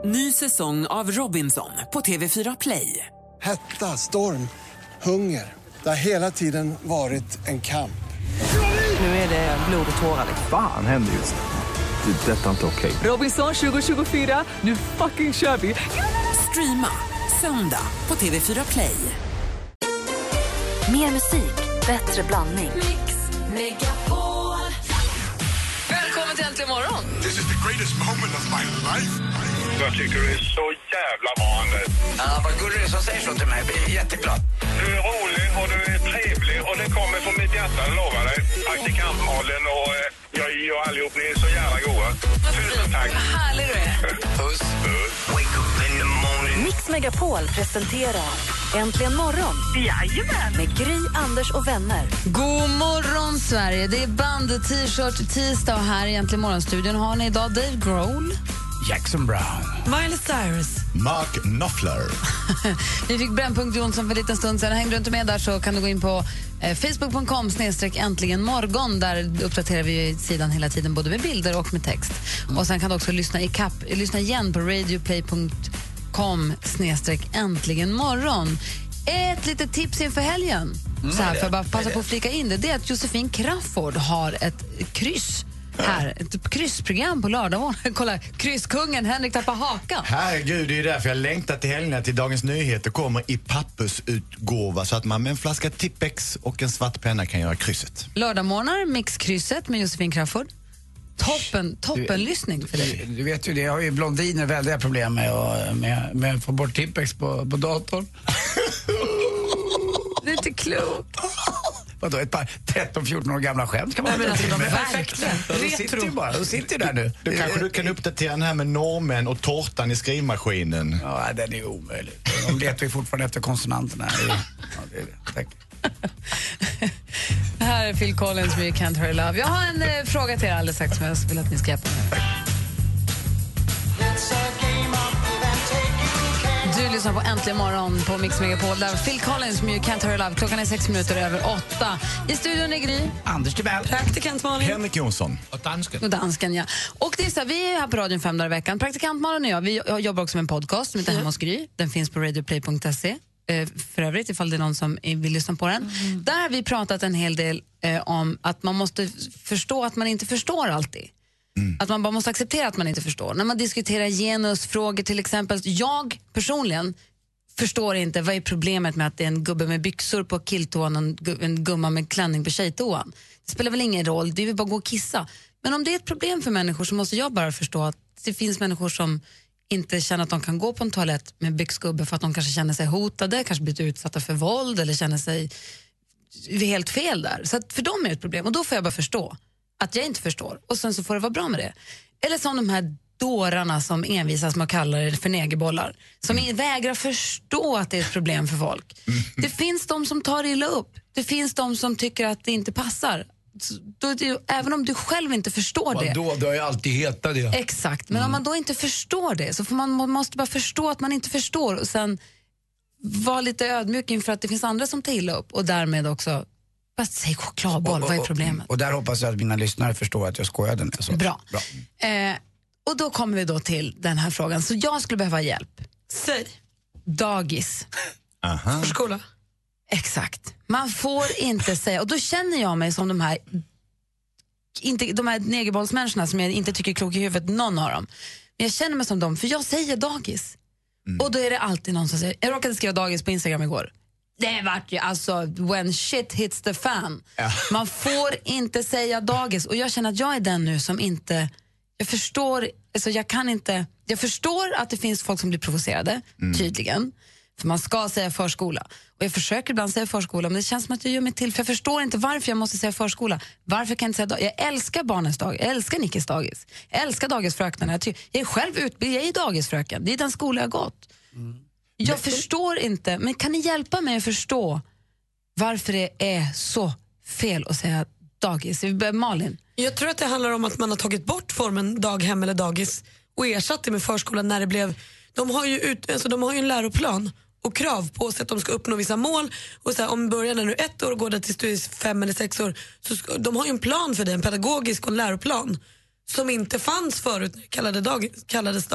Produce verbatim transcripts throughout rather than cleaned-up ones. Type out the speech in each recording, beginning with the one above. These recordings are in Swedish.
Ny säsong av Robinson på T V fyra Play. Hetta, storm, hunger. Det har hela tiden varit en kamp. Nu är det blod och tårar. Fan händer just det. Det är detta inte okej. Robinson tjugo tjugofyra, nu fucking kör vi. Streama söndag på T V fyra Play. Mer musik, bättre blandning. Mix Megapol. Välkommen till Äntligen morgon. This is the greatest moment of my life. Jag tycker det är så jävla bra, Anders. Ja, vad gullig du som säger så till mig. Jag blir jätteglad. Du är rolig och du är trevlig och det kommer från mitt hjärta, jag lovar dig. Praktikantmalen och eh, jag och allihop, ni är så jävla goda. Tusen tack. Vad härlig du är. Puss. Puss. Wake up in the morning. Mix Megapol presenterar Äntligen morgon. Jajamän. Med Gry, Anders och vänner. God morgon Sverige. Det är band och t-shirt tisdag och här i Äntligen morgonstudion har ni idag Dave Grohl, Jackson Brown. Miley Cyrus, Mark Knopfler. vi fick Brännpunkt Jonsson för en liten stund sedan. Hängde du inte med där så kan du gå in på eh, facebook punkt com snedstreck äntligen morgon. Där uppdaterar vi sidan hela tiden både med bilder och med text. Mm. Och sen kan du också lyssna, i kapp, lyssna igen på radioplay punkt com snedstreck äntligen morgon. Ett litet tips inför helgen. Mm, så här, för jag bara passa på att flika in det. Det är att Josefin Crafoord har ett kryss här, ett kryssprogram på lördag. Kolla, krysskungen Henrik tappar hakan. Herregud, det är därför jag längtar till helgen till Dagens Nyheter kommer i pappersutgåva så att man med en flaska Tippex och en svart penna kan göra krysset. Lördagmorgnar, mixkrysset med Josefin Crafoord. Toppen, toppenlyssning för dig. Du, du vet ju det, jag har ju blondiner väldiga problem med att med, med få bort Tippex på, på datorn. Det är inte klokt. Vadå, ett par tretton fjorton år gamla skämt kan man Nej, men alltså, de är perfekta. De sitter ju bara, de sitter ju där nu. Du kanske du kan uppdatera den här med normen och tårtan i skrivmaskinen. Ja, den är omöjlig. De letar ju fortfarande efter konsonanterna. Ja, det är det. Tack. Här är Phil Collins med You Can't Hurry Love. Jag har en eh, fråga till er alldeles strax som jag vill att ni ska hjälpa mig. Du lyssnar på Äntligen morgon på Mix Megapol där Phil Collins med You Can't Hurry Love. Klockan är sex minuter över åtta. I studion är Gry, Anders Tibell, praktikant Malin Henrik Jonsson och dansken. och dansken, ja. Och det är så här, vi är här på radion fem dagar i veckan. Praktikant Malin och jag, vi jobbar också med en podcast som heter Hemma hos Gry. Den finns på radioplay punkt se. För övrigt, ifall det är någon som vill lyssna på den. Mm. Där har vi pratat en hel del eh, om att man måste förstå att man inte förstår alltid. Mm. Att man bara måste acceptera att man inte förstår. När man diskuterar genusfrågor till exempel. Jag personligen förstår inte vad är problemet med att det är en gubbe med byxor på killtoan och en, en gumma med klänning på tjejtoan. Det spelar väl ingen roll, det vill bara gå och kissa. Men om det är ett problem för människor så måste jag bara förstå att det finns människor som inte känner att de kan gå på en toalett med byxgubbe för att de kanske känner sig hotade, kanske blivit utsatta för våld eller känner sig helt fel där. Så att för dem är det ett problem och då får jag bara förstå att jag inte förstår och sen så får det vara bra med det. Eller som de här dårarna som envisas med att kalla det för negerbollar som mm. vägrar förstå att det är ett problem för folk. Mm. Det finns de som tar illa upp. Det finns de som tycker att det inte passar. Då, det, även om du själv inte förstår det. Då, då har jag alltid hetat det. Exakt, men mm. om man då inte förstår det så får man, man måste bara förstå att man inte förstår och sen vara lite ödmjuk inför att det finns andra som tar illa upp och därmed också bara säg chokladboll, vad är problemet? Och, och där hoppas jag att mina lyssnare förstår att jag skojade. Så. Bra. Bra. Eh, och då kommer vi då till den här frågan. Så jag skulle behöva hjälp. Säg. Dagis. Aha. Förskola. Exakt. Man får inte säga, och då känner jag mig som de här inte, de här negerbollsmänniskorna som jag inte tycker är klok i huvudet, någon av dem. Men jag känner mig som dem, för jag säger dagis. Mm. Och då är det alltid någon som säger, jag råkade skriva dagis på Instagram igår. Det vart ju alltså when shit hits the fan. Ja. Man får inte säga dagis. Och jag känner att jag är den nu som inte, jag förstår, alltså jag kan inte, jag förstår att det finns folk som blir provocerade, mm. tydligen. För man ska säga förskola. Och jag försöker ibland säga förskola, men det känns som att jag gör mig till. För jag förstår inte varför jag måste säga förskola. Varför kan jag inte säga dagis? Jag älskar barnens dag. Jag älskar Nickes dagis. Jag älskar dagisfröknarna. Jag, ty- jag är själv utbildad, jag är dagisfröken. Det är den skola jag har gått. Mm. Jag men, förstår inte, men kan ni hjälpa mig att förstå varför det är så fel att säga dagis? Vi börjar Malin. Jag tror att det handlar om att man har tagit bort formen daghem eller dagis och ersatt det med förskola när det blev. De har ju, ut, alltså de har ju en läroplan och krav på sig att de ska uppnå vissa mål. Och så här, om börjar när nu ett år och går det till studies fem eller sex år, så ska, de har ju en plan för det, en pedagogisk och en läroplan som inte fanns förut när det kallade dagis, kallades dagis.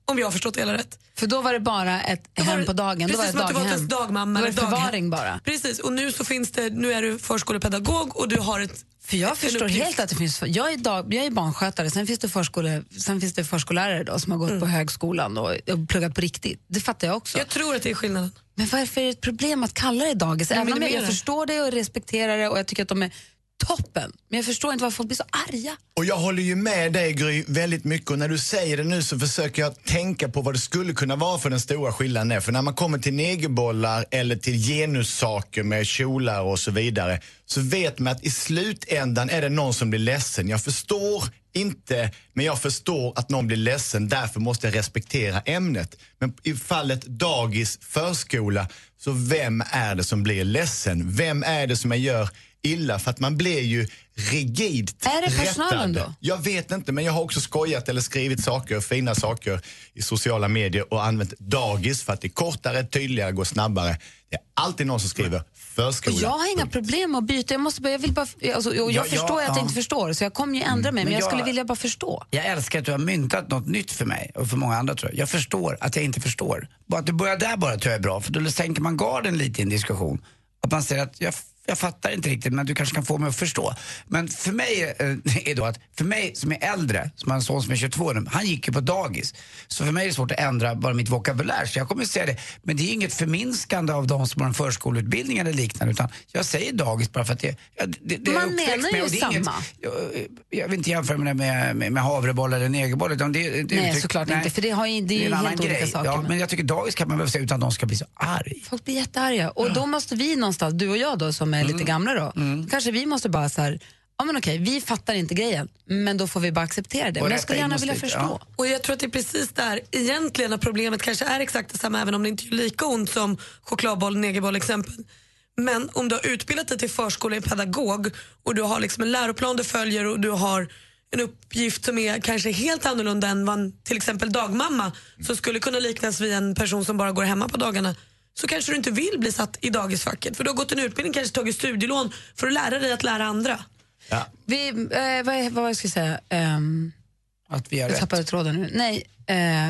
Om jag har förstått det hela rätt. För då var det bara ett då hem det, på dagen. Då var det ett daghem. Precis, dagmamma. Då var det daghem. förvaring bara. Precis, och nu så finns det, nu är du förskolepedagog och du har ett... För jag förstår uppgift. helt att det finns, jag är, dag, jag är barnskötare, sen finns det, förskole, sen finns det förskollärare då, som har gått mm. på högskolan och, och pluggat på riktigt. Det fattar jag också. Jag tror att det är skillnaden. Men varför är det ett problem att kalla det dagis? Även om jag, jag förstår det och respekterar det och jag tycker att de är toppen. Men jag förstår inte varför folk blir så arga. Och jag håller ju med dig, Gry, väldigt mycket. Och när du säger det nu så försöker jag tänka på vad det skulle kunna vara för den stora skillnaden är. För när man kommer till negerbollar eller till genussaker med kjolar och så vidare, så vet man att i slutändan är det någon som blir ledsen. Jag förstår inte, men jag förstår att någon blir ledsen. Därför måste jag respektera ämnet. Men i fallet dagis, förskola, så vem är det som blir ledsen? Vem är det som jag gör illa? För att man blir ju rigidt Är det personalen rättad. då? Jag vet inte, men jag har också skojat eller skrivit saker, fina saker i sociala medier och använt dagis för att det är kortare, tydligare, går snabbare. Det är alltid någon som skriver förskola. Och jag har inga problem att byta. Jag, måste bara, jag, vill bara, alltså, jag ja, förstår ja, att jag ja. inte förstår, så jag kommer ju ändra mig. Men, men jag, jag skulle vilja bara förstå. Jag älskar att du har myntat något nytt för mig och för många andra, tror jag. Jag förstår att jag inte förstår. Bara att du börjar där bara tror jag är bra, för då sänker man garden lite i en diskussion. Att man säger att jag Jag fattar inte riktigt, men du kanske kan få mig att förstå. Men för mig är då att, för mig som är äldre, som har en son som är tjugotvå, han gick ju på dagis. Så för mig är det svårt att ändra bara mitt vokabulär. Så jag kommer att säga det. Men det är inget förminskande av de som har en förskoleutbildning eller liknande, utan jag säger dagis bara för att det, det, det man menar ju med, samma. Inget, jag, jag vill inte jämföra med, med, med, med havreboll eller negerboll. Utan det, det, nej, uttryck, såklart nej, inte, för det, har ju, det är ju helt olika grej. saker. Ja, men. men jag tycker dagis kan man väl säga utan att de ska bli så arg. Folk blir jättearga. Och ja. Då måste vi någonstans, du och jag då som är mm. lite gamla då, Mm. kanske vi måste bara så här, ja men okej, vi fattar inte grejen, men då får vi bara acceptera det. Och men jag skulle gärna vilja lite, förstå. Ja. Och jag tror att det är precis där egentligen att problemet kanske är exakt detsamma, även om det inte är lika ont som chokladboll, negerboll exempel. Men om du har utbildat dig till förskolepedagog och du har liksom en läroplan du följer och du har en uppgift som är kanske helt annorlunda än vad till exempel dagmamma mm. så skulle kunna liknas vid en person som bara går hemma på dagarna, så kanske du inte vill bli satt i dagisfacket. För du har gått en utbildning, kanske tagit studielån för att lära dig att lära andra. Ja. Vi, eh, vad, vad ska jag säga? Um, att vi har jag rätt. tappade tråden nu. Nej, eh,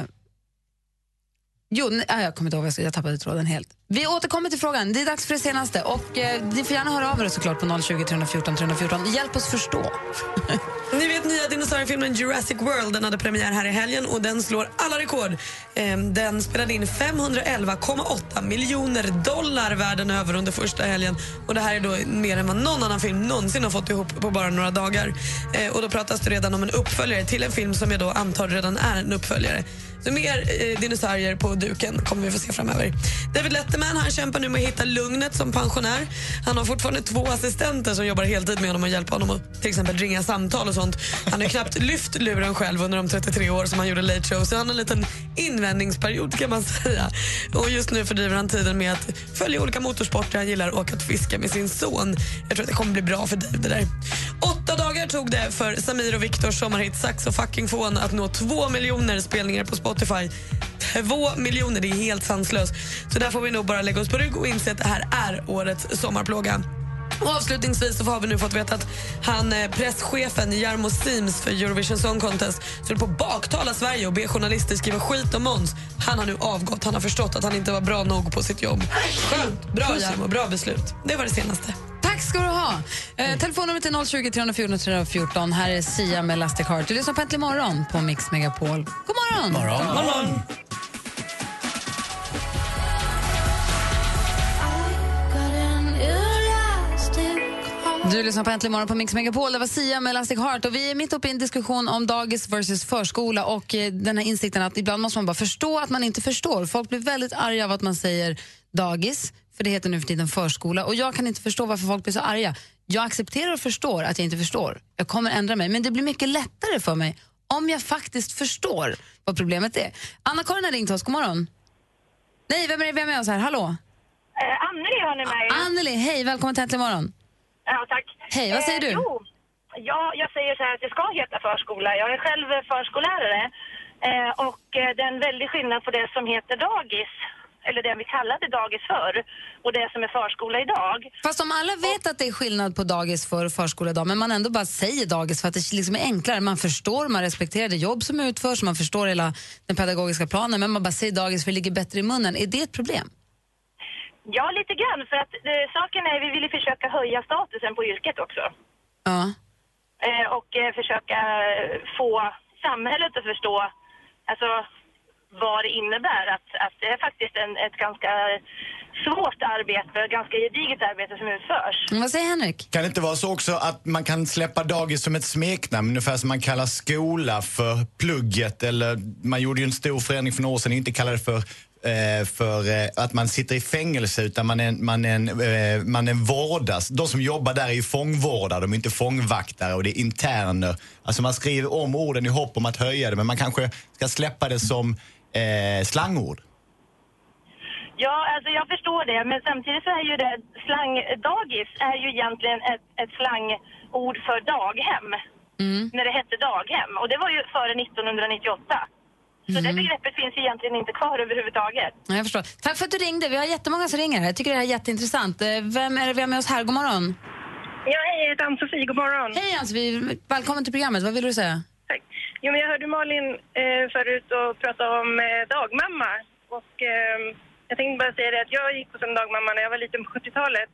jo, nej, jag kommer inte ihåg vad jag ska, jag tappade tråden helt. Vi återkommer till frågan. Det är dags för det senaste. Och eh, ni får gärna höra av er såklart på noll tjugo, tre fjorton, tre fjorton. Hjälp oss förstå. Ni vet nya dinosauriefilmen Jurassic World, den hade premiär här i helgen och den slår alla rekord. Ehm, den spelade in femhundraelva komma åtta miljoner dollar världen över under första helgen. Och det här är då mer än vad någon annan film någonsin har fått ihop på bara några dagar. Ehm, och då pratas det redan om en uppföljare till en film som jag då antar redan är en uppföljare. Så mer eh, dinosaurier på duken kommer vi få se framöver. David Letterman, han kämpar nu med att hitta lugnet som pensionär. Han har fortfarande två assistenter som jobbar heltid med honom och hjälper honom att till exempel ringa samtal och sånt. Han har knappt lyft luren själv under de trettiotre år som han gjorde Late Show, så han har en liten invändningsperiod kan man säga. Och just nu fördriver han tiden med att följa olika motorsporter. Han gillar att åka och fiska med sin son. Jag tror att det kommer bli bra för David det där. Åtta dagar tog det för Samir och Viktors sommarhit Sax och fucking fån att nå två miljoner spelningar på Spotify. Två miljoner, det är helt sanslöst. Så där får vi nog bara lägga oss på rygg och inse att det här är årets sommarplåga. Och avslutningsvis så har vi nu fått veta att han, presschefen Jarmo Sims för Eurovision Song Contest, skulle på baktala Sverige och be journalister skriva skit om Måns. Han har nu avgått. Han har förstått att han inte var bra nog på sitt jobb. Skönt, bra Jarmo, bra beslut. Det var det senaste. Tack ska du ha. Eh, telefonnumret är noll tjugo, tre fjorton, tre fjorton. Här är Sia med Elastic Heart. Du lyssnar på Äntligen morgon på Mix Megapol. God morgon! Morgon. God morgon. Du lyssnar på Äntligen morgon på Mix Megapol. Det var Sia med Elastic Heart. Och vi är mitt uppe i en diskussion om dagis versus förskola. Och eh, den här insikten att ibland måste man bara förstå att man inte förstår. Folk blir väldigt arga av att man säger dagis, för det heter nu för tiden förskola. Och jag kan inte förstå varför folk blir så arga. Jag accepterar och förstår att jag inte förstår. Jag kommer ändra mig. Men det blir mycket lättare för mig om jag faktiskt förstår vad problemet är. Anna-Karin har ringt oss. God morgon. Nej, vem är, vem är med oss här? Hallå? Uh, Anneli har ni med. Anneli, hej. Välkommen till Äntligen morgon. Ja, tack. Hej, vad säger eh, du? Jo, ja, jag säger så här att det ska heta förskola. Jag är själv förskollärare. Eh, och eh, det är en väldig skillnad på det som heter dagis. eller det vi kallade dagis förr, och det som är förskola idag. Fast om alla vet att det är skillnad på dagis för och förskola idag, men man ändå bara säger dagis för att det liksom är enklare. Man förstår, man respekterar det jobb som utförs, man förstår hela den pedagogiska planen, men man bara säger dagis för det ligger bättre i munnen. Är det ett problem? Ja, lite grann, för att eh, saken är att vi vill försöka höja statusen på yrket också. Ja. Eh, och eh, försöka få samhället att förstå alltså, vad det innebär. Att, att det är faktiskt en, ett ganska svårt arbete, ganska gediget arbete som utförs. Vad säger Henrik? Kan det inte vara så också att man kan släppa dagis som ett smeknamn, ungefär som man kallar skola för plugget, eller man gjorde ju en stor förändring för några år sedan, inte kallade det för för att man sitter i fängelse, utan man är, man är, en, man är vårdas. De som jobbar där är ju fångvårdare, de är inte fångvaktare, och det är interner. Alltså man skriver om orden i hopp om att höja det, men man kanske ska släppa det som eh, slangord. Ja, alltså jag förstår det, men samtidigt så är ju det slangdagis är ju egentligen ett, ett slangord för daghem. Mm. När det hette daghem, och det var ju före nittonhundranittioåtta. Så mm. det begreppet finns egentligen inte kvar överhuvudtaget. Ja, jag förstår. Tack för att du ringde. Vi har jättemånga som ringer här. Jag tycker det här är jätteintressant. Vem är det vi har med oss här? God morgon. Ja, hej, jag heter Ann-Sofie. God morgon. Hej Ann-Sofie. Välkommen till programmet. Vad vill du säga? Tack. Jo, men jag hörde Malin eh, förut och prata om eh, dagmamma. Och eh, jag tänkte bara säga det att jag gick på som dagmamma när jag var liten på sjuttiotalet.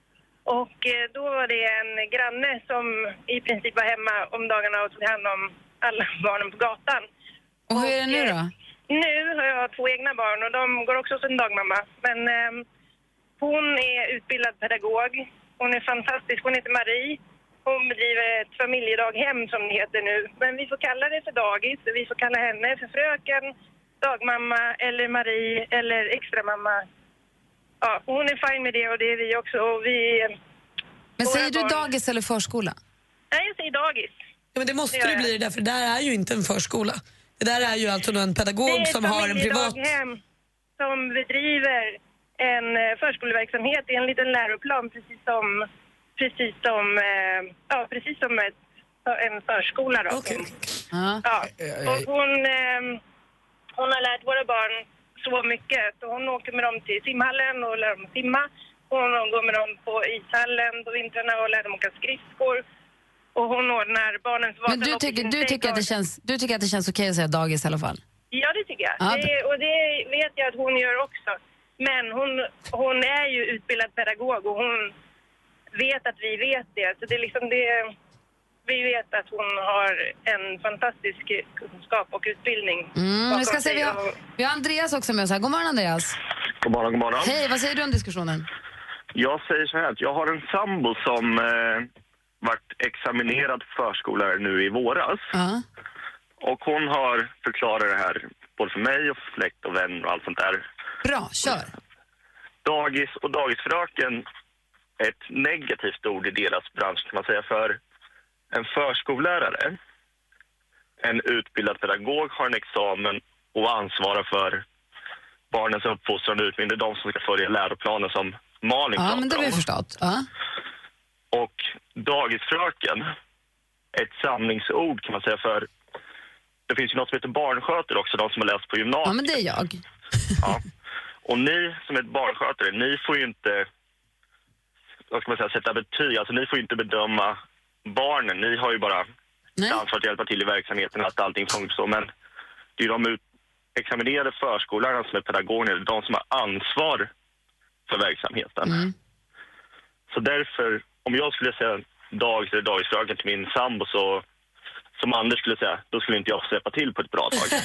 Och eh, då var det en granne som i princip var hemma om dagarna och tog hand om alla barnen på gatan. Och hur är det nu då? Nu har jag två egna barn och de går också som dagmamma. Men eh, hon är utbildad pedagog. Hon är fantastisk. Hon heter Marie. Hon bedriver ett familjedaghem som det heter nu. Men vi får kalla det för dagis. Vi får kalla henne för fröken, dagmamma eller Marie eller extramamma. Ja, hon är fin med det och det är vi också. Och vi, Men säger du barn... dagis eller förskola? Nej, jag säger dagis. Ja, men det måste det, det bli det där, för det där är ju inte en förskola. Det där är ju alltså en pedagog som har en privat... Det är ett familjedaghem som bedriver en förskoleverksamhet i en liten läroplan, precis som, precis som, eh, ja, precis som ett, en förskola. Då. Okay. Ja. Ja. Och hon, eh, hon har lärt våra barn så mycket. Och hon åker med dem till simhallen och lär dem att simma. Och hon går med dem på ishallen på vintrarna och lär dem åka skridskor. Och hon ordnar barnens Men du tycker, du tycker, att, det känns, du tycker att det känns okej att säga dagis i alla fall? Ja, det tycker jag. Ja, det, och det vet jag att hon gör också. Men hon, hon är ju utbildad pedagog och hon vet att vi vet det. Så det är liksom det... Vi vet att hon har en fantastisk kunskap och utbildning. Mm, vi, ska se, vi, har, vi har Andreas också med oss här. God morgon, Andreas. God morgon, god morgon. Hej, vad säger du om diskussionen? Jag säger så här att jag har en sambo som... Eh, varit examinerad förskollärare nu i våras. Uh-huh. Och hon har förklarat det här både för mig och för släkt och vänner och allt sånt där. Bra, kör. Dagis och dagisfröken är ett negativt ord i deras bransch kan man säga, för en förskollärare, en utbildad pedagog har en examen och ansvarar för barnens uppfostran och utbildning. Det är de som ska följa läroplanen som Malin pratar om. Ja, men det har vi förstått. Uh-huh. Och dagisfröken är ett samlingsord kan man säga, för det finns ju något som heter barnskötare också, de som har läst på gymnasiet. Ja, men det är jag. Ja. Och ni som är barnskötare, ni får ju inte, vad ska man säga, sätta betyg. Alltså ni får ju inte bedöma barnen. Ni har ju bara ansvar att hjälpa till i verksamheten, att allting funkar så. Men det är ju de examinerade förskollarna som är pedagoger, de som har ansvar för verksamheten. Mm. Så därför, om jag skulle säga dagis eller dagisfröken till min sambo, så som Anders skulle säga, då skulle inte jag få släppa till på ett bra tag.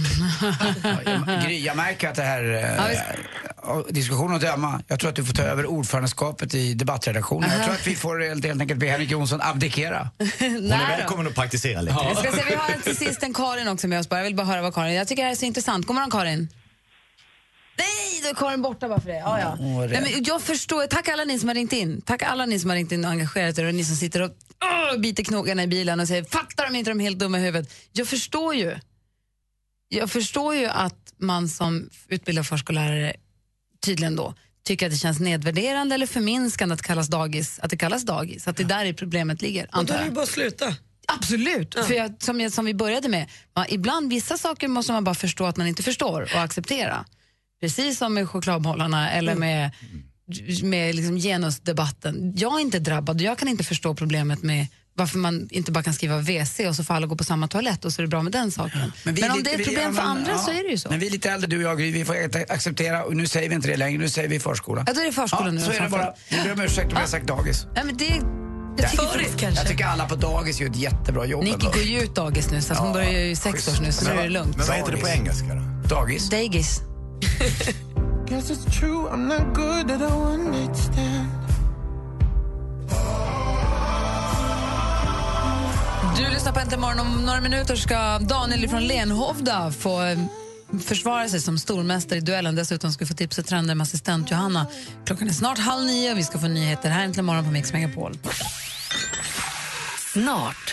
Ja, jag, jag märker att det här äh, diskussionen att döma, jag tror att du får ta över ordförandeskapet i debattredaktionen. Jag tror att vi får helt enkelt be Henrik Jonsson abdikera. Hon är välkommen att praktisera lite. Jag ska se, vi har till sist en Karin också med oss bara. Jag vill bara höra vad Karin, jag tycker det här är så intressant. God morgon, Karin. Nej, då är Karin borta bara för det. Ja, ja. Nej, men jag förstår. Tack alla ni som har ringt in. Tack alla ni som har ringt in och engagerat er, och ni som sitter och oh, biter knogarna i bilen och säger, fattar de inte, de är helt dumma i huvudet. Jag förstår ju. Jag förstår ju att man som utbildad förskollärare tydligen då tycker att det känns nedvärderande eller förminskande att kallas dagis, att det kallas dagis, att det där är problemet ligger. Och då är det bara att sluta. Absolut, ja. För jag, som, jag, som vi började med, ja, ibland vissa saker måste man bara förstå att man inte förstår och acceptera. Precis som med chokladbollarna eller med, med liksom genusdebatten. Jag är inte drabbad, jag kan inte förstå problemet med varför man inte bara kan skriva V C och så får alla gå på samma toalett och så är det bra med den saken. Ja. Men, men om lite, det är ett problem vi, för andra ja, så är det ju så. Men vi är lite äldre, du och jag, vi får acceptera, och nu säger vi inte det längre, nu säger vi förskola. Ja, då är det förskola ja, nu. Så är det bara. Jag ber om ursäkt om jag har sagt dagis. Ja, men det Jag tycker, Föris, kanske. jag tycker alla på dagis gör ett jättebra jobb. Nicky går ju ut dagis nu, så ja, hon börjar ju sex år nu, så men, nu är det lugnt. Men vad heter det på engelska då? Dagis. Dagis. Guess it's true, I'm not good at all understand. Du lyssnar på Äntligen morgon. Om några minuter ska Daniel från Lenhovda få försvara sig som stormästare i duellen. Dessutom ska vi få tips och trender med assistent Johanna. Klockan är snart halv nio och vi ska få nyheter här Äntligen morgon på Mix Megapol. Snart.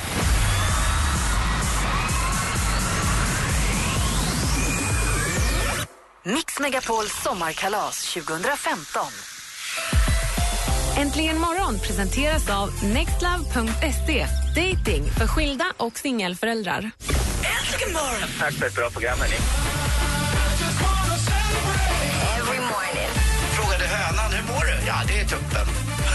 Mix Megapol sommarkalas tjugohundrafemton. Äntligen morgon presenteras av nextlove punkt se. Dating för skilda och singelföräldrar. Äntligen morgon! Tack för ett bra program, hörni. Every morning. Frågade hönan, hur mår du? Ja, det är tuppen.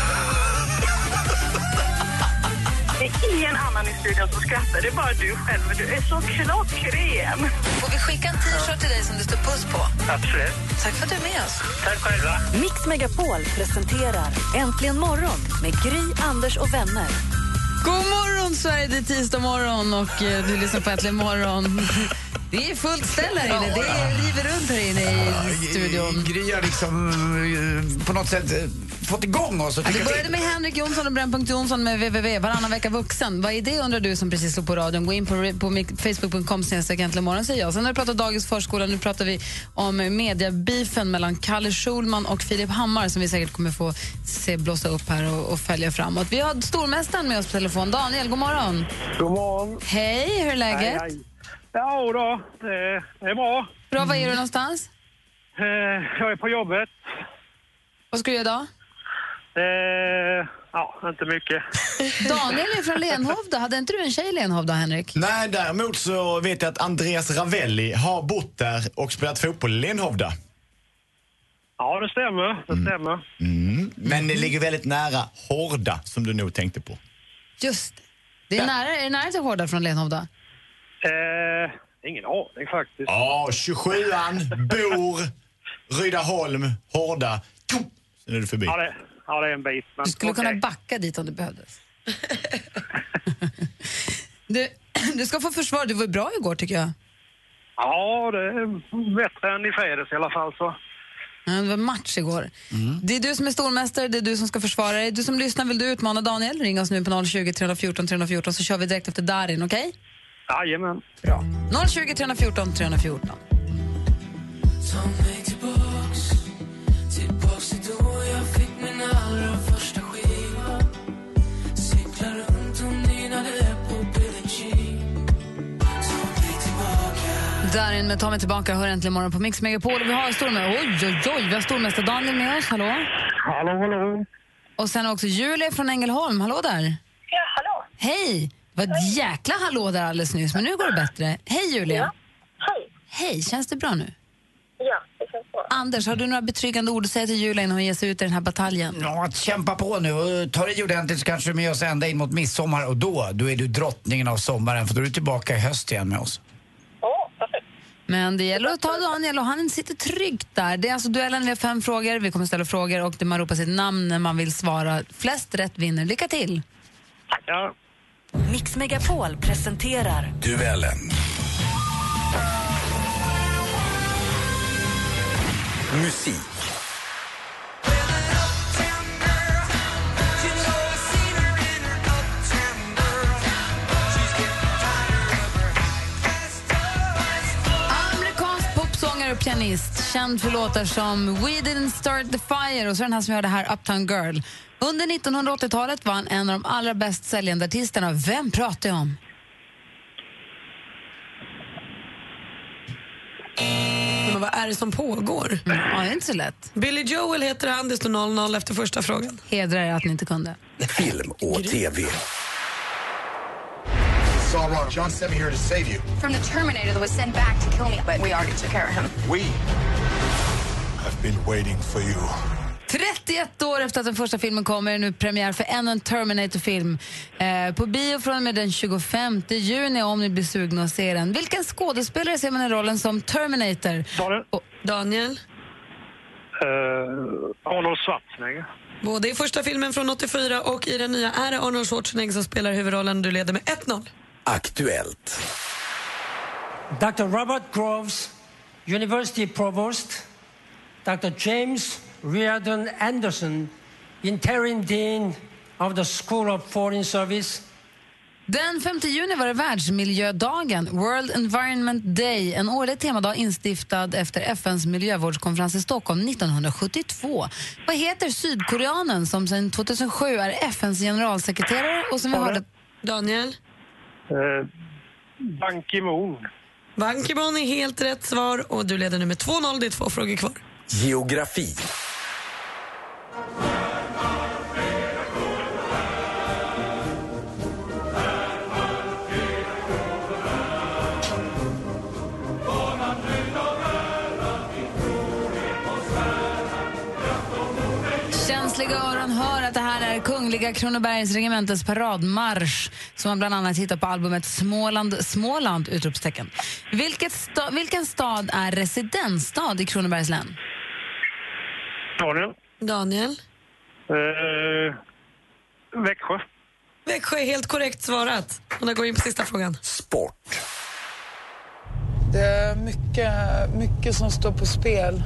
Det är ingen annan i studion som skrattar, det är bara du själv. Du är så klockren. Får vi skicka en t-shirt till dig som det står puss på? Absolut. Tack för att du är med oss. Tack själva. Mix Megapol presenterar Äntligen morgon med Gry, Anders och vänner. God morgon Sverige, det är tisdag morgon och eh, du lyssnar på Äntligen morgon. Det är fullt ställ här inne, det är livet runt här inne i studion. Gry har liksom på något sätt fått igång oss. Ja, det började med Henrik Jonsson och Brännpunkt Jonsson med www, varannan vecka vuxen. Vad är det undrar du som precis slog på radion? Gå in på, på facebook punkt com snedstreck äntligen morgon säger jag. Sen har vi pratat dagis förskola, nu pratar vi om mediabeefen mellan Kalle Schulman och Filip Hammar som vi säkert kommer få se blåsa upp här och, och följa framåt. Vi har stormästaren med oss på telefon. Daniel, god morgon. God morgon. Hej, hur är läget? Hej, hej. Ja då, det, det är bra. Bra, var är du någonstans? Eh, jag är på jobbet. Vad ska du göra idag? Eh, ja, inte mycket. Daniel är från Lenhovda. Hade inte du en tjej i Lenhovda, Henrik? Nej, däremot så vet jag att Andreas Ravelli har bott där och spelat fotboll i Lenhovda. Ja, det stämmer. Det stämmer. Mm. Men det ligger väldigt nära Hårda, som du nog tänkte på. Just det. Det är, ja. nära, är det nära till Hårda från Lenhovda? Eh, ingen aning faktiskt. Ja, tjugosjuan, Bor, Rydaholm, Hårda. Sen är du förbi. Ja, det, ja, det är en bit. Men du skulle okay. kunna backa dit om det behövdes. du, du ska få försvara. Du var bra igår, tycker jag. Ja, det är bättre än i fredags i alla fall. Så. Ja, det var match igår. Mm. Det är du som är stormästare, det är du som ska försvara dig. Du som lyssnar, vill du utmana Daniel? Ring oss nu på noll tjugo, tre fjorton, tre fjorton så kör vi direkt efter Darin, okej? Okay? Jajamän. Bra. noll tjugo, tre fjorton, tre fjorton. Darin med Ta mig tillbaka, hör äntligen morgon på Mix Megapol. Vi har stormästare, oj oj oj, vi har stormästare Daniel med oss, hallå? Hallå, hallå. Och sen också Julia från Ängelholm, hallå där? Ja, hallå. Hej, vad ett jäkla hallå där alldeles nyss, men nu går det bättre. Hej Julia. Ja. Hej. Hej, känns det bra nu? Ja, det känns bra. Anders, har du några betryggande ord att säga till Julia innan hon ger sig ut i den här bataljen? Ja, att kämpa på nu och ta det ordentligt så kanske du med oss ända in mot midsommar och då, då är du drottningen av sommaren för då är du tillbaka i höst igen med oss. Men det gäller att ta Daniel och han sitter tryggt där. Det är alltså duellen, vi har fem frågor. Vi kommer ställa frågor och det man ropar sitt namn när man vill svara. Flest rätt vinner. Lycka till! Ja. Mix Megapol presenterar Duellen. Musik. Pianist, känd för låtar som We Didn't Start the Fire och så den här som gör det här Uptown Girl. Under nittonhundraåttiotalet var han en av de allra bäst säljande artisterna. Vem pratar jag om? Men vad är det som pågår? Mm, ja, det är inte så lätt. Billy Joel heter han, det står noll noll efter första frågan. Hedrar er att ni inte kunde. Film och tv. It's all wrong. John sent me here to save you. From the Terminator that was sent back to kill me, but we already took care of him. We? I've been waiting for you. trettioett år efter att den första filmen kommer är nu premiär för ännu en Terminator-film. Eh, på bio från och med den tjugofemte juni om ni blir sugna att se den. Vilken skådespelare ser man i rollen som Terminator? Daniel. Och Daniel? Uh, Arnold Schwarzenegger. Både i första filmen från åttiofyra och i den nya är det Arnold Schwarzenegger som spelar huvudrollen. Du leder med ett noll. Aktuellt. doktor Robert Groves, University Provost, doktor James Riordan Anderson, interim dean of the School of Foreign Service. Den femte juni var det världsmiljödagen, World Environment Day, en årlig temadag instiftad efter F N:s miljövårdskonferens i Stockholm nittonhundrasjuttiotvå. Vad heter sydkoreanen som sedan tjugohundrasju är F N:s generalsekreterare och som vi hörde... Daniel? Uh, Ban Ki-moon. Ban Ki-moon är helt rätt svar och du leder nu med två noll, det är två frågor kvar. Geografi. Känsliga öron hör att det här är Kungliga Kronobergs regementets paradmarsch som man bland annat hittar på albumet Småland, Småland, utropstecken. Vilket sta- vilken stad är residensstad i Kronobergs län? Daniel. Daniel? Uh, Växjö. Växjö är helt korrekt svarat. Och då går vi in på sista frågan. Sport. Det är mycket, mycket som står på spel.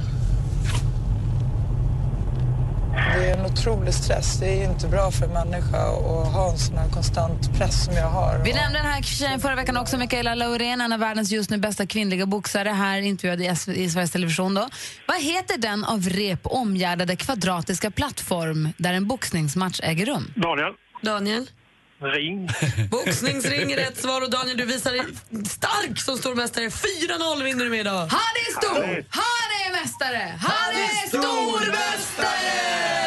Det är en otrolig stress. Det är ju inte bra för en människa att ha en sån här konstant press som jag har. Vi nämnde den här tjejen förra veckan också, Mikaela Laurén, en av världens just nu bästa kvinnliga boxare, här intervjuad i, S- i Sveriges Television då. Vad heter den av rep omgärdade kvadratiska plattform där en boxningsmatch äger rum? Daniel. Daniel? Ring. Boxningsring är rätt svar och Daniel, du visar dig stark som stormästare. fyra noll vinner du med idag. Han är stor! Han är mästare! Han är stormästare!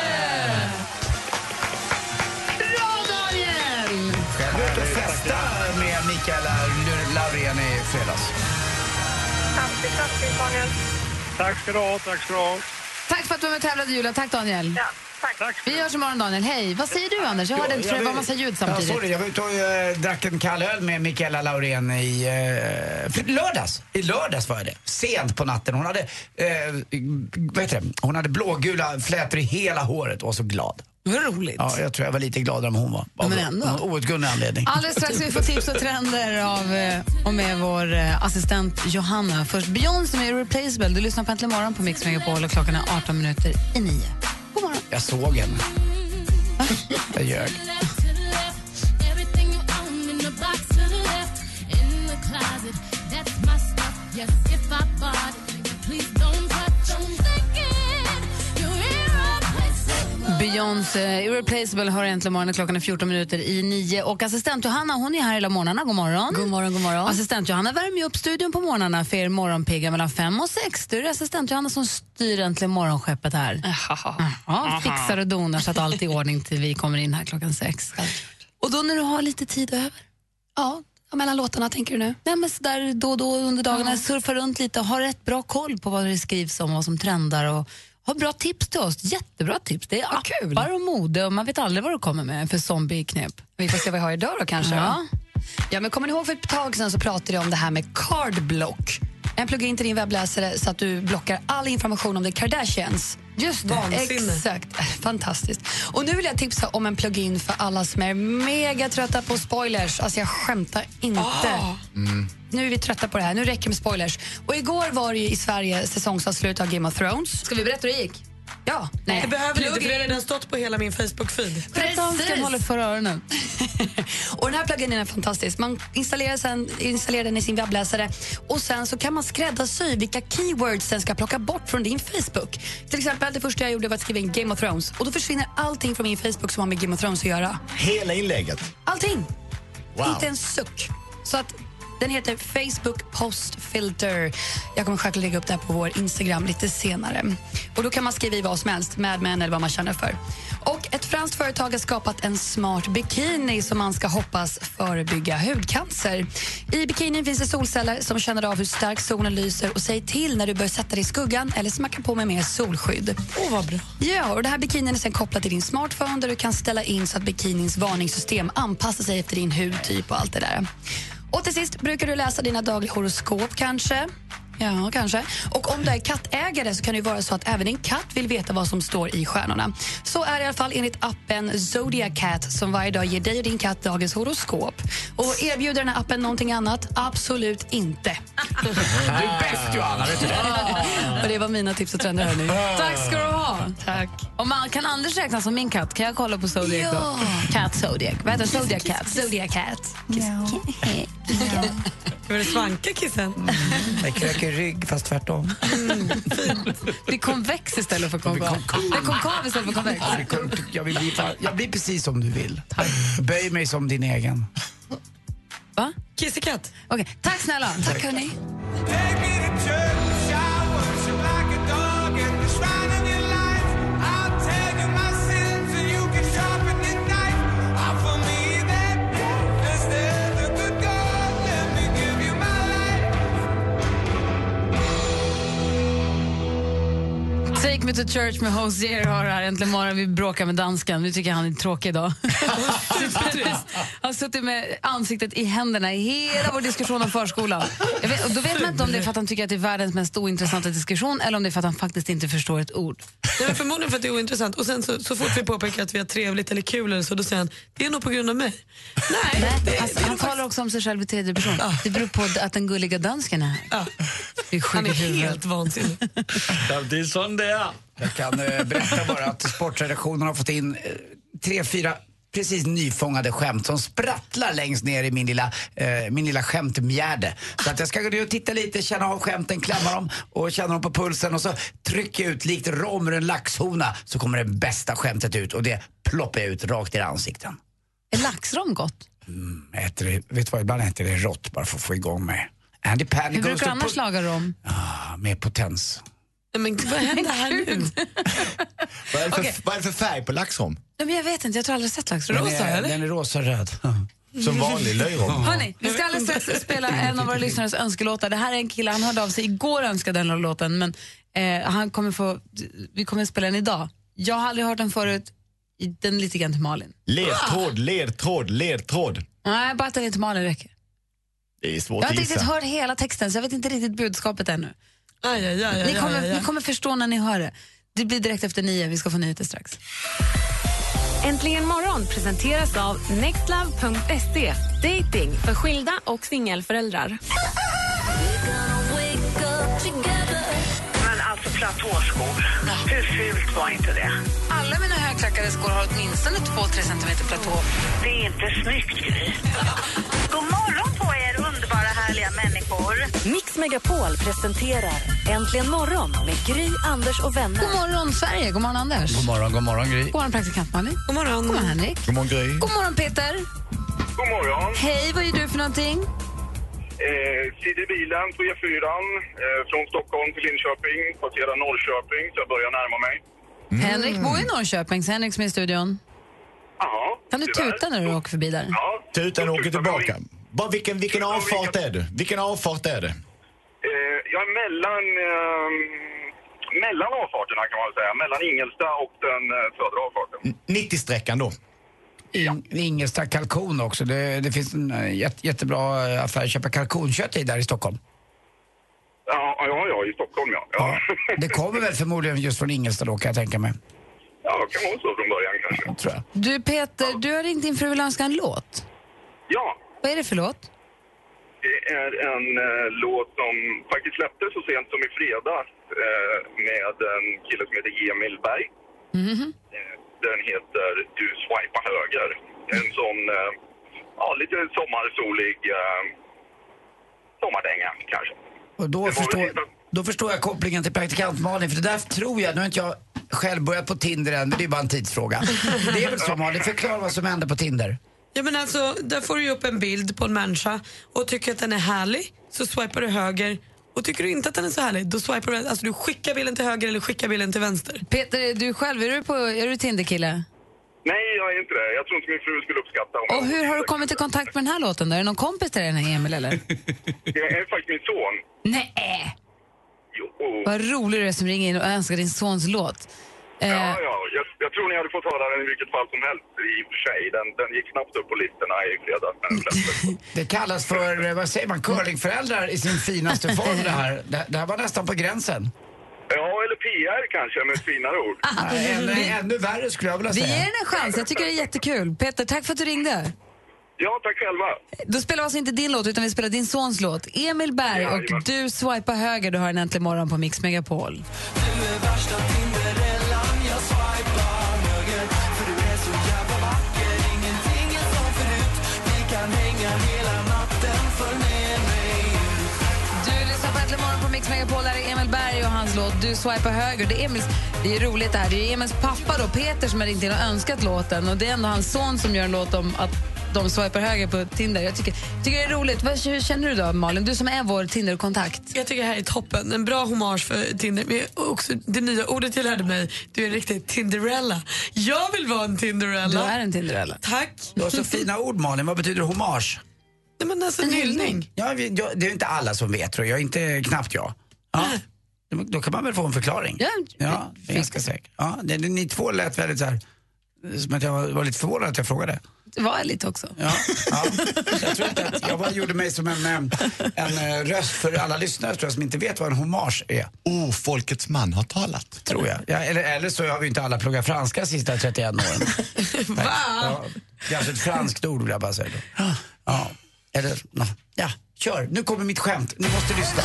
Bra, Daniel! Själv brukade festa med Mikaela Laurén i fredags. Tack, tack, Daniel. Tack ska du ha, tack ska du ha. Tack för att du var med och tävlade, Julia. Tack, Daniel. Ja, tack. tack Vi hörs imorgon, Daniel. Hej. Vad säger du, Anders? Jag hörde inte, för det var massa ljud samtidigt. Ja, sorry, jag var ute och uh, drack en kall öl med Mikaela Laurén i uh, lördags. I lördags var det. Sent på natten. Hon hade, uh, vad heter det? Hon hade blågula flätor i hela håret och var så glad. Vad roligt. Ja, jag tror jag var lite gladare än hon var. Ja, men ändå. Av outgrundlig anledning. Alldeles strax ska vi få tips och trender av eh, och med vår eh, assistent Johanna. Först Beyoncé med Irreplaceable. Du lyssnar på Äntligen morgon på Mix Megapol och klockan är arton minuter i nio. God morgon. Jag såg henne. Jag ljög. Beyoncé, Irreplaceable har äntligen morgon. Klockan är fjorton minuter i nio. Och assistent Johanna, hon är här hela morgnarna. God morgon. God morgon, god morgon. Assistent Johanna värmer upp studion på morgnarna för er morgonpigga mellan fem och sex. Du är assistent Johanna som styr äntligen morgonskeppet här. Ja, fixar och donar så att allt är i ordning till vi kommer in här klockan sex. Och då när du har lite tid över? Ja, mellan låtarna tänker du nu? Nej, men så där då och då under dagarna, surfar runt lite och har rätt bra koll på vad det skrivs om, vad som trendar och har bra tips till oss. Jättebra tips. Det är appar och mode och man vet aldrig vad du kommer med för zombieknep. Vi får se vad vi har idag då kanske. Ja. Ja, men kommer ni ihåg för ett tag sedan så pratade jag om det här med cardblock. En plugin till din webbläsare så att du blockar all information om The Kardashians. Just det. Vansinne. Exakt. Fantastiskt. Och nu vill jag tipsa om en plugin för alla som är mega trötta på spoilers. Alltså jag skämtar inte. Oh. Mm. Nu är vi trötta på det här. Nu räcker det med spoilers. Och igår var det ju i Sverige säsongsavslut av Game of Thrones. Ska vi berätta hur det gick? Ja. Nej, det behöver inte, för det har redan stått på hela min Facebook-feed. Precis. Håller för öronen. Och den här pluginen är fantastisk. Man installerar, sen, installerar den i sin webbläsare och sen så kan man skräddarsy vilka keywords den ska plocka bort från din Facebook. Till exempel, det första jag gjorde var att skriva in Game of Thrones och då försvinner allting från min Facebook som har med Game of Thrones att göra. Hela inlägget? Allting. Wow. Inte en suck. Så att Den heter Facebook Post Filter. Jag kommer självklart lägga upp det här på vår Instagram lite senare. Och då kan man skriva i vad som helst, Mad Men eller vad man känner för. Och ett franskt företag har skapat en smart bikini som man ska hoppas förebygga hudcancer. I bikinin finns det solceller som känner av hur stark solen lyser och säger till när du bör sätta dig i skuggan eller smacka på med mer solskydd. Åh, oh, vad bra. Ja, och det här bikinin är sen kopplat till din smartphone där du kan ställa in så att bikinins varningssystem anpassar sig efter din hudtyp och allt det där. Och till sist, brukar du läsa dina dagliga horoskop kanske? Ja, kanske. Och om du är kattägare så kan det ju vara så att även din katt vill veta vad som står i stjärnorna. Så är det i alla fall enligt appen Zodiac Cat som varje dag ger dig och din katt dagens horoskop. Och erbjuder den här appen någonting annat? Absolut inte. Du är bäst, Johanna, vet du det? Och det var mina tips och trender, hörni. Tack ska du ha. Tack. Och man kan Anders räkna som min katt. Kan jag kolla på Zodiac Ja. då? Cat Zodiac. Vad heter den? Zodiac Cat? Zodiac Cat. Ska vi svanka, kissen? Mm. Jag kröker rygg, fast tvärtom. Mm, fint. Det är konvex istället för konkav. Det är konkav istället för konvex. Jag, vill bli, jag blir precis som du vill. Böj mig som din egen. Va? Kissekatt. Okej, okay. Tack snälla. Tack, hörni. Take me to church med Hosier har här äntligen morgon. Vi bråkar med dansken. Nu tycker jag han är tråkig idag. Han har suttit med ansiktet i händerna i hela vår diskussion om förskolan. Jag vet, och då vet man inte om det är för att han tycker att det är världens mest ointressanta diskussion eller om det är för att han faktiskt inte förstår ett ord. Det är förmodligen för att det är ointressant. Och sen så, så fort vi påpekar att vi har trevligt eller kul eller så, då säger han, det är nog på grund av mig. Nej, Nej det, alltså, det han talar också om sig själv i tredje person. Ja. Det beror på att den gulliga dansken är här. Ja. Det är Han är helt vansinnig. Ja, det är sån det är. Jag kan eh, berätta bara att sportredaktionen har fått in eh, tre, fyra precis nyfångade skämt som sprattlar längst ner i min lilla, eh, min lilla skämtmjärde. Så att jag ska gå ner och titta lite, känna av skämten, klämma dem och känna dem på pulsen och så trycka ut likt rom ur en laxhona så kommer det bästa skämtet ut och det ploppar ut rakt i ansikten. Är laxrom gott? Mm, äter det, vet du vad, ibland äter det rått bara för att få igång mig. Andy Panny Hur brukar du annars laga rom? Ah, med potens. Men vad händer här nu? Vad är det för, Okej. vad är det för färg på laxrom? Nej, men jag vet inte, jag tror aldrig sett laxrom. Den är, den är rosa-röd. Som vanlig löjrom. Hörrni, vi ska alldeles strax spela en av våra lyssnares önskelåtar. Det här är en kille, han hörde av sig igår och önskade den här låten, men eh, han kommer få, vi kommer spela den idag. Jag har aldrig hört den förut, den lite grann till Malin. Ledtråd, ledtråd, ledtråd. Nej, bara att den är till Malin räcker. Det är svårt Jag har att inte gissa. riktigt hört hela texten, så jag vet inte riktigt budskapet ännu. Aj, aj, aj, Ni kommer, aj, aj, aj. ni kommer förstå när ni hör det. Det blir direkt efter nio, vi ska få nyheter strax. Äntligen morgon presenteras av nextlove punkt se. Dating för skilda och singelföräldrar. Men alltså platåskor, hur fult var inte det? Alla mina högklackade skor har åtminstone två till tre centimeter platå. Det är inte snyggt, Gry. God morgon på er, underbara härliga människor. Mix Megapol presenterar Äntligen morgon med Gry, Anders och vänner. God morgon Sverige, god morgon Anders. God morgon, god morgon Gry. God morgon praktikant Malin. God morgon. God morgon Henrik. God morgon, Gry. God morgon Peter. God morgon. Hej, vad är du för någonting? Eh, sitter i bilen på E fyra eh, från Stockholm till Linköping, passerar Norrköping så jag börjar närma mig. Mm. Henrik bor i Norrköping, så Henrik som är i studion. Jaha. Kan du tyvärr. tuta när du åker förbi där? Ja. Tuta och åker tillbaka. Bara, vilken vilken avfart är du? Vilken avfart är det? Eh, jag är mellan, eh, mellan avfarterna kan man säga. Mellan Ingelsta och den eh, södra avfarten. nittio-sträckan då? In, Ingelsta kalkon också. Det, det finns en äh, jätte, jättebra äh, affär att köpa kalkonkött i där i Stockholm. Ja, ja, ja, i Stockholm ja. ja. Ja, det kommer väl förmodligen just från Ingelsta då, kan jag tänka mig. Ja, det kan vara så från början kanske. Tror jag. Du Peter, du har ringt in för att vilja önska en låt. Ja. Vad är det för låt? Det är en eh, låt som faktiskt släpptes så sent som i fredags eh, med en kille som heter Emil Berg. Mm-hmm. Eh, den heter Du swipar höger. En sån, eh, ja, lite sommarsolig eh, sommardänga kanske. Och då förstår, då förstår jag kopplingen till praktikant Malin, för det där tror jag, nu har inte jag själv börjat på Tinder än, men det är bara en tidsfråga. Det är väl så Malin, förklara vad som händer på Tinder. Ja, men alltså, där får du upp en bild på en människa och tycker att den är härlig, så swipar du höger. Och tycker du inte att den är så härlig, då swipar du, alltså du skickar bilden till höger eller skickar bilden till vänster. Peter, du själv, är du, på, är du Tinder-kille? Nej, jag är inte det. Jag tror inte min fru skulle uppskatta om Och hur har du kommit i kontakt med den här låten då? Är det någon kompis till den här Emil eller? Det är faktiskt min son. Nej. Jo. Vad rolig du är som ringer in och önskar din sons låt. Ja, ja. Jag, jag tror ni hade fått höra den i vilket fall som helst i och för sig. Den, den gick knappt upp på listorna i fredags. Det kallas för, vad säger man, curlingföräldrar i sin finaste form det här. Det, det här var nästan på gränsen. Ja, eller P R kanske med ett finare ord. Nej, ännu, ännu värre skulle jag vilja säga. Vi ger den en chans, jag tycker det är jättekul. Peter, tack för att du ringde. Ja, tack själva. Då spelar vi alltså inte din låt utan vi spelar din sons låt. Emil Berg Ja, och ja. du swipar höger, du har en Äntligen morgon på Mix Megapol. Du är värsta Tinderellan, jag swipar höger. För du är så jävla vacker, ingenting är som förut. Vi kan hänga hela natten, följ med mig ut. Du lyssnar på Äntligen morgon på Mix Megapol. Där är Emil Berg och hans låt Du swipar höger. Det är, Emils, det är roligt det här. Det är Emils pappa då, Peter, som har ringt in och önskat låten. Och det är ändå hans son som gör en låt om att de swipar höger på Tinder. Jag tycker, tycker det är roligt. Vad, hur känner du då, Malin? Du som är vår Tinder-kontakt. Jag tycker det här är toppen. En bra hommage för Tinder. Men också det nya ordet jag lärde mig. Du är en riktig Tinderella. Jag vill vara en Tinderella. Du är en Tinderella. Tack. Du har så fina ord, Malin. Vad betyder hommage? Nej, men alltså En en hyllning. hyllning. Ja, vi- jag, det är inte alla som vet, tror jag. Inte knappt jag. Ja. Då- Då kan man väl få en förklaring. Ja, Ja, det är ganska säkert. Ja, det, det, ni två lät väldigt så här, som att jag var, var lite förvånad att jag frågade. Det var jag lite också. Ja, ja. Jag tror inte att jag bara gjorde mig som en, en, en röst för alla lyssnare, tror jag, som inte vet vad en hommage är. Oh, folkets man har talat. Tror jag. Ja, eller, eller så har vi inte alla pluggat franska sista trettioett åren. Va? Ja, det är alltså ett franskt ord, vill jag bara säga då. Ja, eller, no. Ja, kör. Nu kommer mitt skämt. Ni måste lyssna.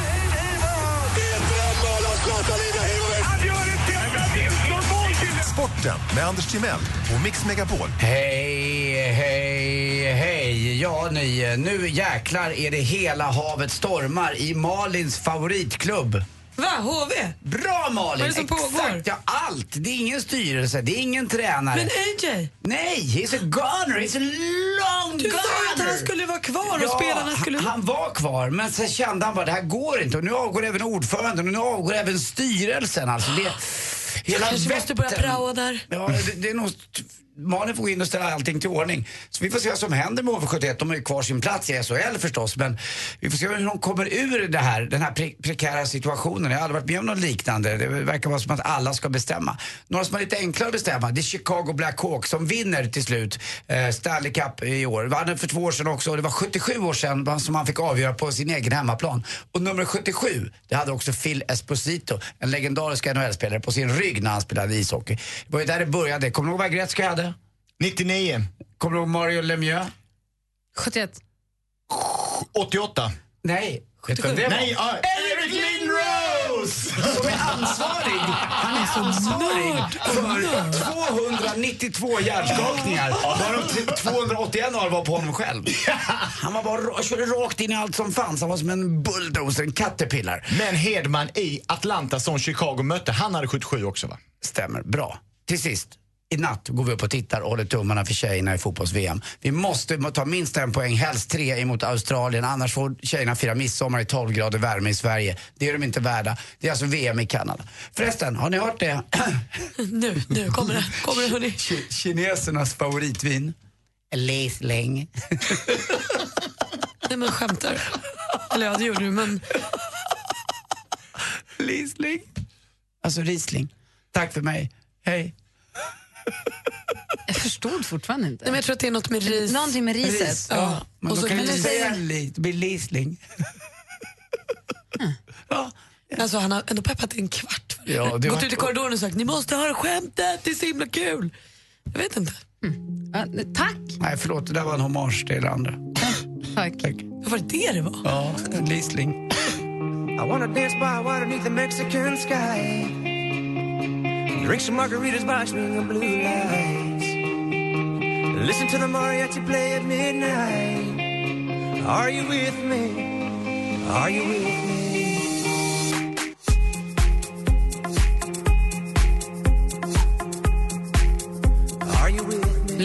Sporten med Anders Timell och Mix Megapol. Hej, hej, hej. Ja, ni, nu jäklar är det hela havet stormar i Malins favoritklubb. Va, H V? Bra, Malin! Vad är det som pågår? Exakt, ja, allt. Det är ingen styrelse, det är ingen tränare. Men A J? Nej, he's a gunner, he's a long Du sa gunner! att han skulle vara kvar och Ja, spelarna skulle... han, han var kvar, men sen kände han bara, det här går inte. Och nu avgår även ordföranden och nu avgår även styrelsen. Alltså det... Hela kanske måste börja Vättern. praoa där. Ja, det, det är nog... Malin får gå in och ställa allting till ordning. Så vi får se vad som händer med H V sjuttioett. De har ju kvar sin plats i S H L förstås. Men vi får se hur de kommer ur det här, den här pre- prekära situationen. Jag har aldrig varit med om något liknande. Det verkar vara som att alla ska bestämma. Några som är lite enklare att bestämma, det är Chicago Blackhawks som vinner till slut eh, Stanley Cup i år. Det var för två år sedan också. Och det var sjuttiosju år sedan som han fick avgöra på sin egen hemmaplan. Och nummer sjuttiosju, det hade också Phil Esposito, en legendarisk N H L-spelare, på sin rygg när han spelade ishockey. Det var ju där det började. Kommer du ihåg vad Gretzky hade? nittionio. Kommer du ihåg Mario Lemieux? sjuttioett. åttioåtta. Nej. sjuttiosju. Nej, uh, Eric Lindros! Som är ansvarig. Han är ansvarig för tvåhundranittiotvå hjärnskakningar. Varav tvåhundraåttioett år var på honom själv. Han var bara, körde rakt in i allt som fanns. Han var som en bulldozer, en caterpillar. Men Hedman i Atlanta som Chicago mötte, han hade sjuttiosju också, va? Stämmer, bra. Till sist. I natt går vi upp och tittar och håller tummarna för tjejerna i fotbolls-V M. Vi måste ta minst en poäng, helst tre emot Australien. Annars får tjejerna fira midsommar i tolv grader värme i Sverige. Det är de inte värda. Det är alltså V M i Kanada. Förresten, har ni hört det? Nu, nu kommer det. Kommer det, hörni. Ki- Kinesernas favoritvin. Riesling. Nej, men skämtar. Eller ja, det gjorde du, men... Riesling. Alltså Riesling. Tack för mig. Hej. Jag förstod fortfarande inte. Nej, men jag tror att det är något med ris. Någonting med riset. Ris, ja. Men Och då så kan kan du du inte säga säga- lite. Det blir Riesling. Ja. Alltså han har ändå peppat i en kvart. Ja, det Gått var- ut i korridoren och sagt, ni måste höra skämtet, det är så himla kul. Jag vet inte. Ja, tack. Nej, förlåt. Det där var en hommage till andra. Tack. Tack. Var det det det var? Ja, en Riesling. I wanna dance by water beneath the Mexican sky. Drink some margaritas by swinging blue lights. Listen to the mariachi play at midnight. Are you with me? Are you with me?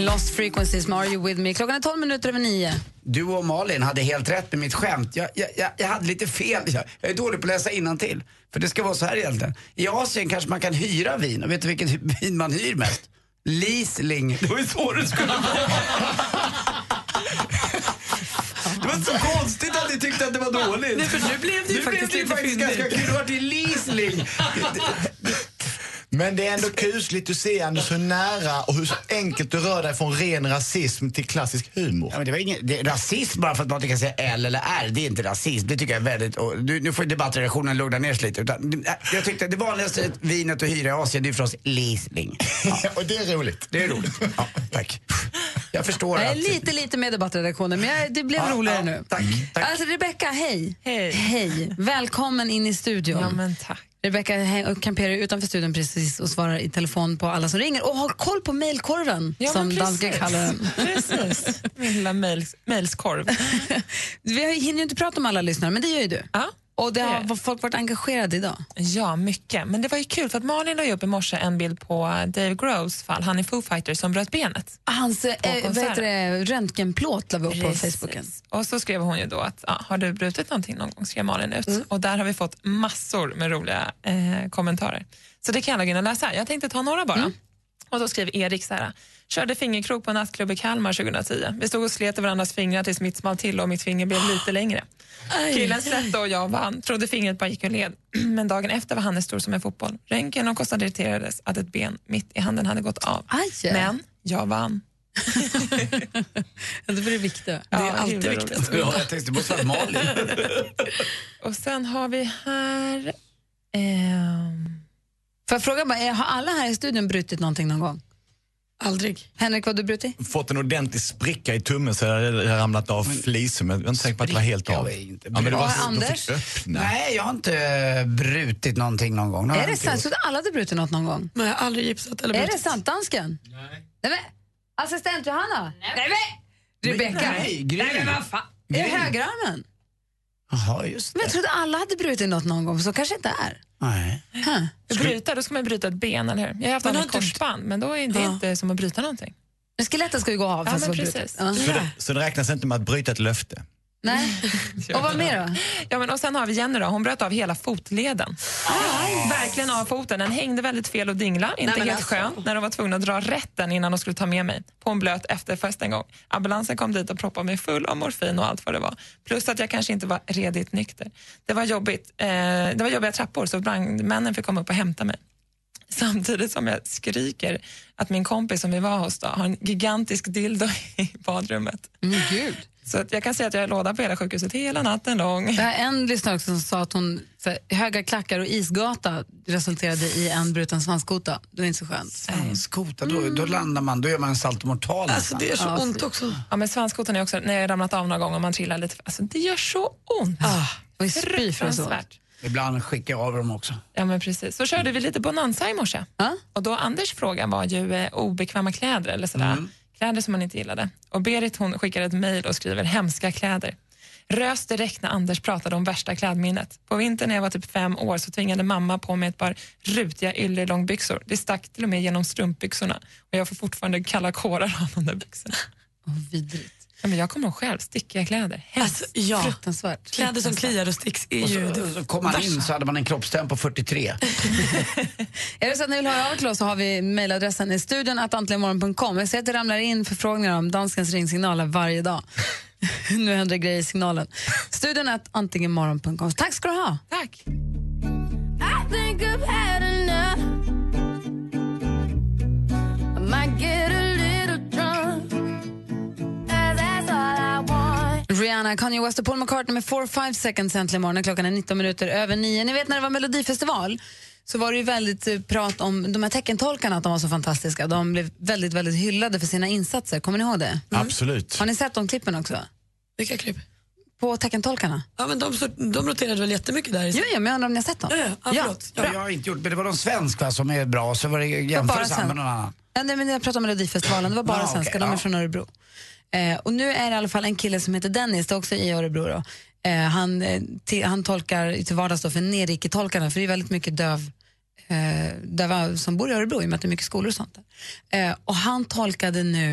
Lost Frequencies med Are You With Me. Klockan är tolv minuter över nio. Du och Malin hade helt rätt med mitt skämt. Jag, jag, jag, jag hade lite fel. Jag, jag är dålig på att läsa innantill. För det ska vara så här egentligen. I Asien kanske man kan hyra vin. Och vet du vilket vin man hyr mest? Liesling. Det var ju så det skulle vara. Det var så konstigt att ni tyckte att det var dåligt. Nej, för nu blev det ju nu faktiskt blev det lite faktiskt ganska kul. Det var till Liesling. Men det är ändå kusligt att se Anders hur nära och hur enkelt du rör dig från ren rasism till klassisk humor. Ja, men det var ingen, det, rasism bara för att man inte kan säga L eller R, det är inte rasism. Det tycker jag är väldigt, och nu, nu får debattredaktionen lugna ner sig lite. Utan, jag tyckte det vanligaste vinet att hyra i Asien, det är förstås Liesling. Ja. Och det är roligt. Det är roligt. Ja, tack. Jag förstår jag är att... lite, lite med debattredaktionen, men jag, det blev ja, roligare ja, nu. Tack, tack. Alltså Rebecca, hej. Hej. Hej. Välkommen in i studion. Ja, men tack. Rebecca kamperar utanför studion precis och svarar i telefon på alla som ringer och har koll på mejlkorven, ja, som dansken kallar den. Precis, min lilla mejlskorv. Vi hinner ju inte prata om alla lyssnare, men det gör ju du. Ja. Och det har folk varit engagerade idag. Ja, mycket. Men det var ju kul för att Malin la upp i morse en bild på Dave Grohls fall. Han är Foo Fighters som bröt benet. Hans eh, vad heter det, röntgenplåt la vi upp på Facebooken. Och så skrev hon ju då att ja, har du brutit någonting någon gång, skrev Malin ut. Mm. Och där har vi fått massor med roliga eh, kommentarer. Så det kan jag lägga in och läsa. Jag tänkte ta några bara. Mm. Och då skrev Erik så här: körde fingerkrok på en nattklubb i Kalmar tjugohundratio. Vi stod och slet i varandras fingrar tills mitt small till och mitt finger blev lite längre. Aj, killen släppte och jag vann. Trodde fingret bara gick och led. Men dagen efter var han stor som en fotboll. Röntgen och konstaterades att ett ben mitt i handen hade gått av. Aj. Men jag vann. Det var det viktiga. Ja, det är alltid viktigt. Ja, jag tänkte på så Malin. Och sen har vi här... Ehm... Får jag fråga bara, har alla här i studion brutit någonting någon gång? Aldrig. Henrik, vad har du brutit? Fått en ordentlig spricka i tummen så jag har ramlat av flisor, men jag är inte säker på att det var helt av. Inte ja, men det var, Anders? Nej, jag har inte brutit någonting någon gång. Är det sant? Så alla hade brutit något någon gång? Men jag har aldrig gipsat eller brutit. Är det sant, dansken? Nej. Nej men, assistent Johanna? Nej, nej men! Rebecca? Nej, Gry. Nej, men vad fan? Är det högerarmen? Jaha, just det. Men jag trodde alla hade brutit något någon gång, så kanske inte är. Nej. Huh. Bryta, då ska man bryta ett ben, eller hur? Jag har haft ett korsband, men då är det ja. inte som att bryta någonting. Men skelettet ska ju gå av. Ja, fast men precis. Ja. Så, det, så det räknas inte med att bryta ett löfte? Nej. Och vad mer då? Ja, men och sen har vi Jenny då. Hon bröt av hela fotleden. Aj. Verkligen av foten. Den hängde väldigt fel och dingla. Inte Nej, helt alltså. skönt när de var tvungna att dra rätten innan de skulle ta med mig. På en blöt efterfest en gång. Ambulansen kom dit och proppade mig full av morfin och allt vad det var. Plus att jag kanske inte var redigt nykter. Det var jobbigt. Eh, det var jobbiga trappor så brandmännen fick komma upp och hämta mig. Samtidigt som jag skriker att min kompis som vi var hos då har en gigantisk dildo i badrummet. Mm, Gud. Så att jag kan säga att jag är låda på hela sjukhuset hela natten lång. Jag har en lyssnare också som sa att hon, så, höga klackar och isgata resulterade i en bruten svanskota. Det är inte så skönt. Svanskota, då, då landar man, då gör man en saltomortal. Alltså det är så ja, ont också. Ja, men svanskotan är också, när jag har ramlat av några gånger och man trillar lite, alltså det gör så ont. Ah, och i spy för så. Ibland skickar jag av dem också. Ja, men precis. Så körde vi lite bonanza i morse. Ah? Och då Anders fråga var ju eh, obekväma kläder eller sådär. Mm. Kläder som man inte gillade. Och Berit hon skickade ett mejl och skriver hemska kläder. Rös direkt när Anders pratade om värsta klädminnet. På vintern när jag var typ fem år så tvingade mamma på mig ett par rutiga yllerlångbyxor. Det stack till och med genom strumpbyxorna. Och jag får fortfarande kalla kårar av de där byxorna. Åh, oh, vidrigt. Ja, men jag kommer ihåg själv, stickiga kläder. Alltså, ja. Fruktansvärt. Kläder som kliar och sticks är ju... Och så, så kom man in så hade man en kroppstempo på fyrtiotre. Är det så att ni vill höra av till oss så har vi mejladressen i studion att antligenmorgon punkt com. Jag ser att det ramlar in förfrågningar om danskens ringsignaler varje dag. Nu händer det grejer i signalen. Studion att antligenmorgon punkt com. Tack ska du ha. Tack. I think I've had enough. I might get a little drunk. That's all I want. Rihanna, Kanye West och Paul McCartney med four five seconds äntligen morgon. Klockan är nitton minuter över nio. Ni vet när det var Melodifestival så var det ju väldigt uh, prat om de här teckentolkarna, att de var så fantastiska. De blev väldigt, väldigt hyllade för sina insatser. Kommer ni ihåg det? Mm. Absolut. Har ni sett de klippen också? Vilka klipp? På teckentolkarna. Ja, men de, de roterade väl jättemycket där. Jo, ja, men jag undrar om ni har sett dem? Ja, ja, ja, ja, jag har inte gjort, men det var de svenska som är bra, så var det jämförelse med någon annan. Ja, nej, men jag pratade om Melodifestivalen, det var bara ah, svenska, okay, de är ja. från Örebro. Eh, och nu är det i alla fall en kille som heter Dennis, det är också i Örebro då. Eh, han, till, han tolkar till vardags då för neriketolkarna, för det är väldigt mycket döv eh, döva som bor i Örebro, i och med att det är mycket skolor och sånt där. Eh, och han tolkade nu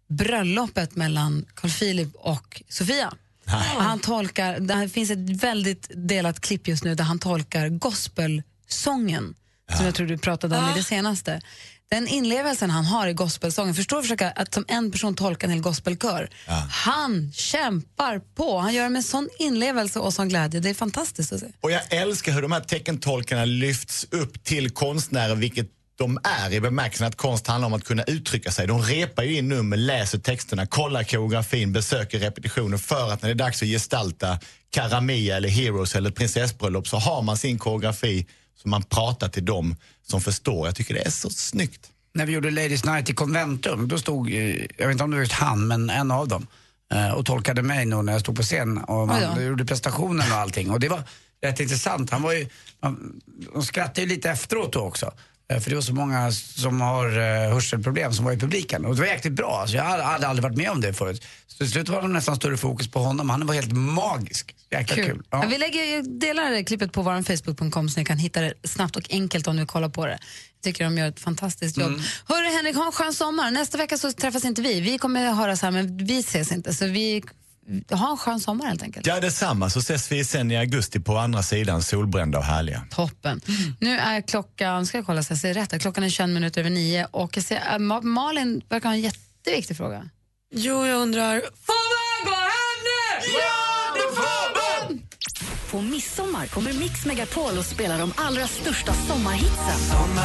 bröllopet mellan Carl Philip och Sofia. Och han tolkar, det finns ett väldigt delat klipp just nu där han tolkar gospelsången som jag tror du pratade om i det senaste. Den inlevelsen han har i gospelsången, förstår du försöka att som en person tolka en hel gospelkör. Ja. Han kämpar på, han gör det med sån inlevelse och sån glädje. Det är fantastiskt att se. Och jag älskar hur de här teckentolkarna lyfts upp till konstnärer, vilket de är i bemärkelsen att konst handlar om att kunna uttrycka sig. De repar ju in nummer, läser texterna, kollar koreografin, besöker repetitioner för att när det är dags att gestalta Karamia eller Heroes eller Prinsessbröllop så har man sin koreografi som man pratar till dem som förstår. Jag tycker det är så snyggt. När vi gjorde Ladies Night i Conventum, då stod, jag vet inte om det var just han, men en av dem och tolkade mig nog när jag stod på scen och man ja. gjorde prestationen och allting. Och det var rätt intressant. Han var ju, man, de skrattade ju lite efteråt då också. För det var så många som har uh, hörselproblem som var i publiken. Och det var jäkligt bra. Så jag hade, hade aldrig varit med om det förut. Så till slut var det nästan större fokus på honom. Han var helt magisk. Jäkla kul. kul. Ja. Ja, vi lägger, delar klippet på vår facebook punkt com så ni kan hitta det snabbt och enkelt om ni kollar på det. Jag tycker de gör ett fantastiskt jobb. Mm. Hörru Henrik, ha en skön sommar. Nästa vecka så träffas inte vi. Vi kommer att höras här men vi ses inte. Så vi ha en skön sommar helt enkelt. Ja, detsamma. Så ses vi sen i augusti på andra sidan, solbrända och härliga. Toppen. Mm. Nu är klockan, ska jag kolla så jag ser rätt, klockan är tjugo minuter över nio och jag ser, äh, Malin verkar ha en jätteviktig fråga. Jo, jag undrar, får man gå hem nu? Ja, det får man! På midsommar kommer Mix Megapol och spelar de allra största sommarhitsen.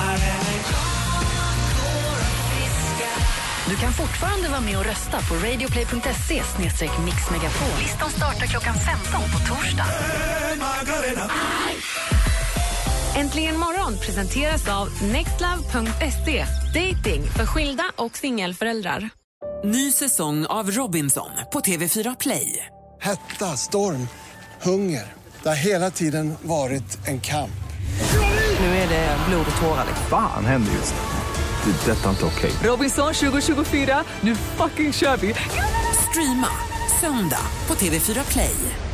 Du kan fortfarande vara med och rösta på radioplay punkt se slash mixmegapol. Listan startar klockan femton på torsdag. Äntligen morgon presenteras av nextlove punkt se. Dating för skilda och singelföräldrar. Ny säsong av Robinson på T V fyra Play. Hetta, storm, hunger. Det har hela tiden varit en kamp. Nu är det blod och tårar. Fan händer just det. Det är detta inte okej. Robinson tjugo tjugofyra, nu fucking kör vi. Streama söndag på T V fyra Play.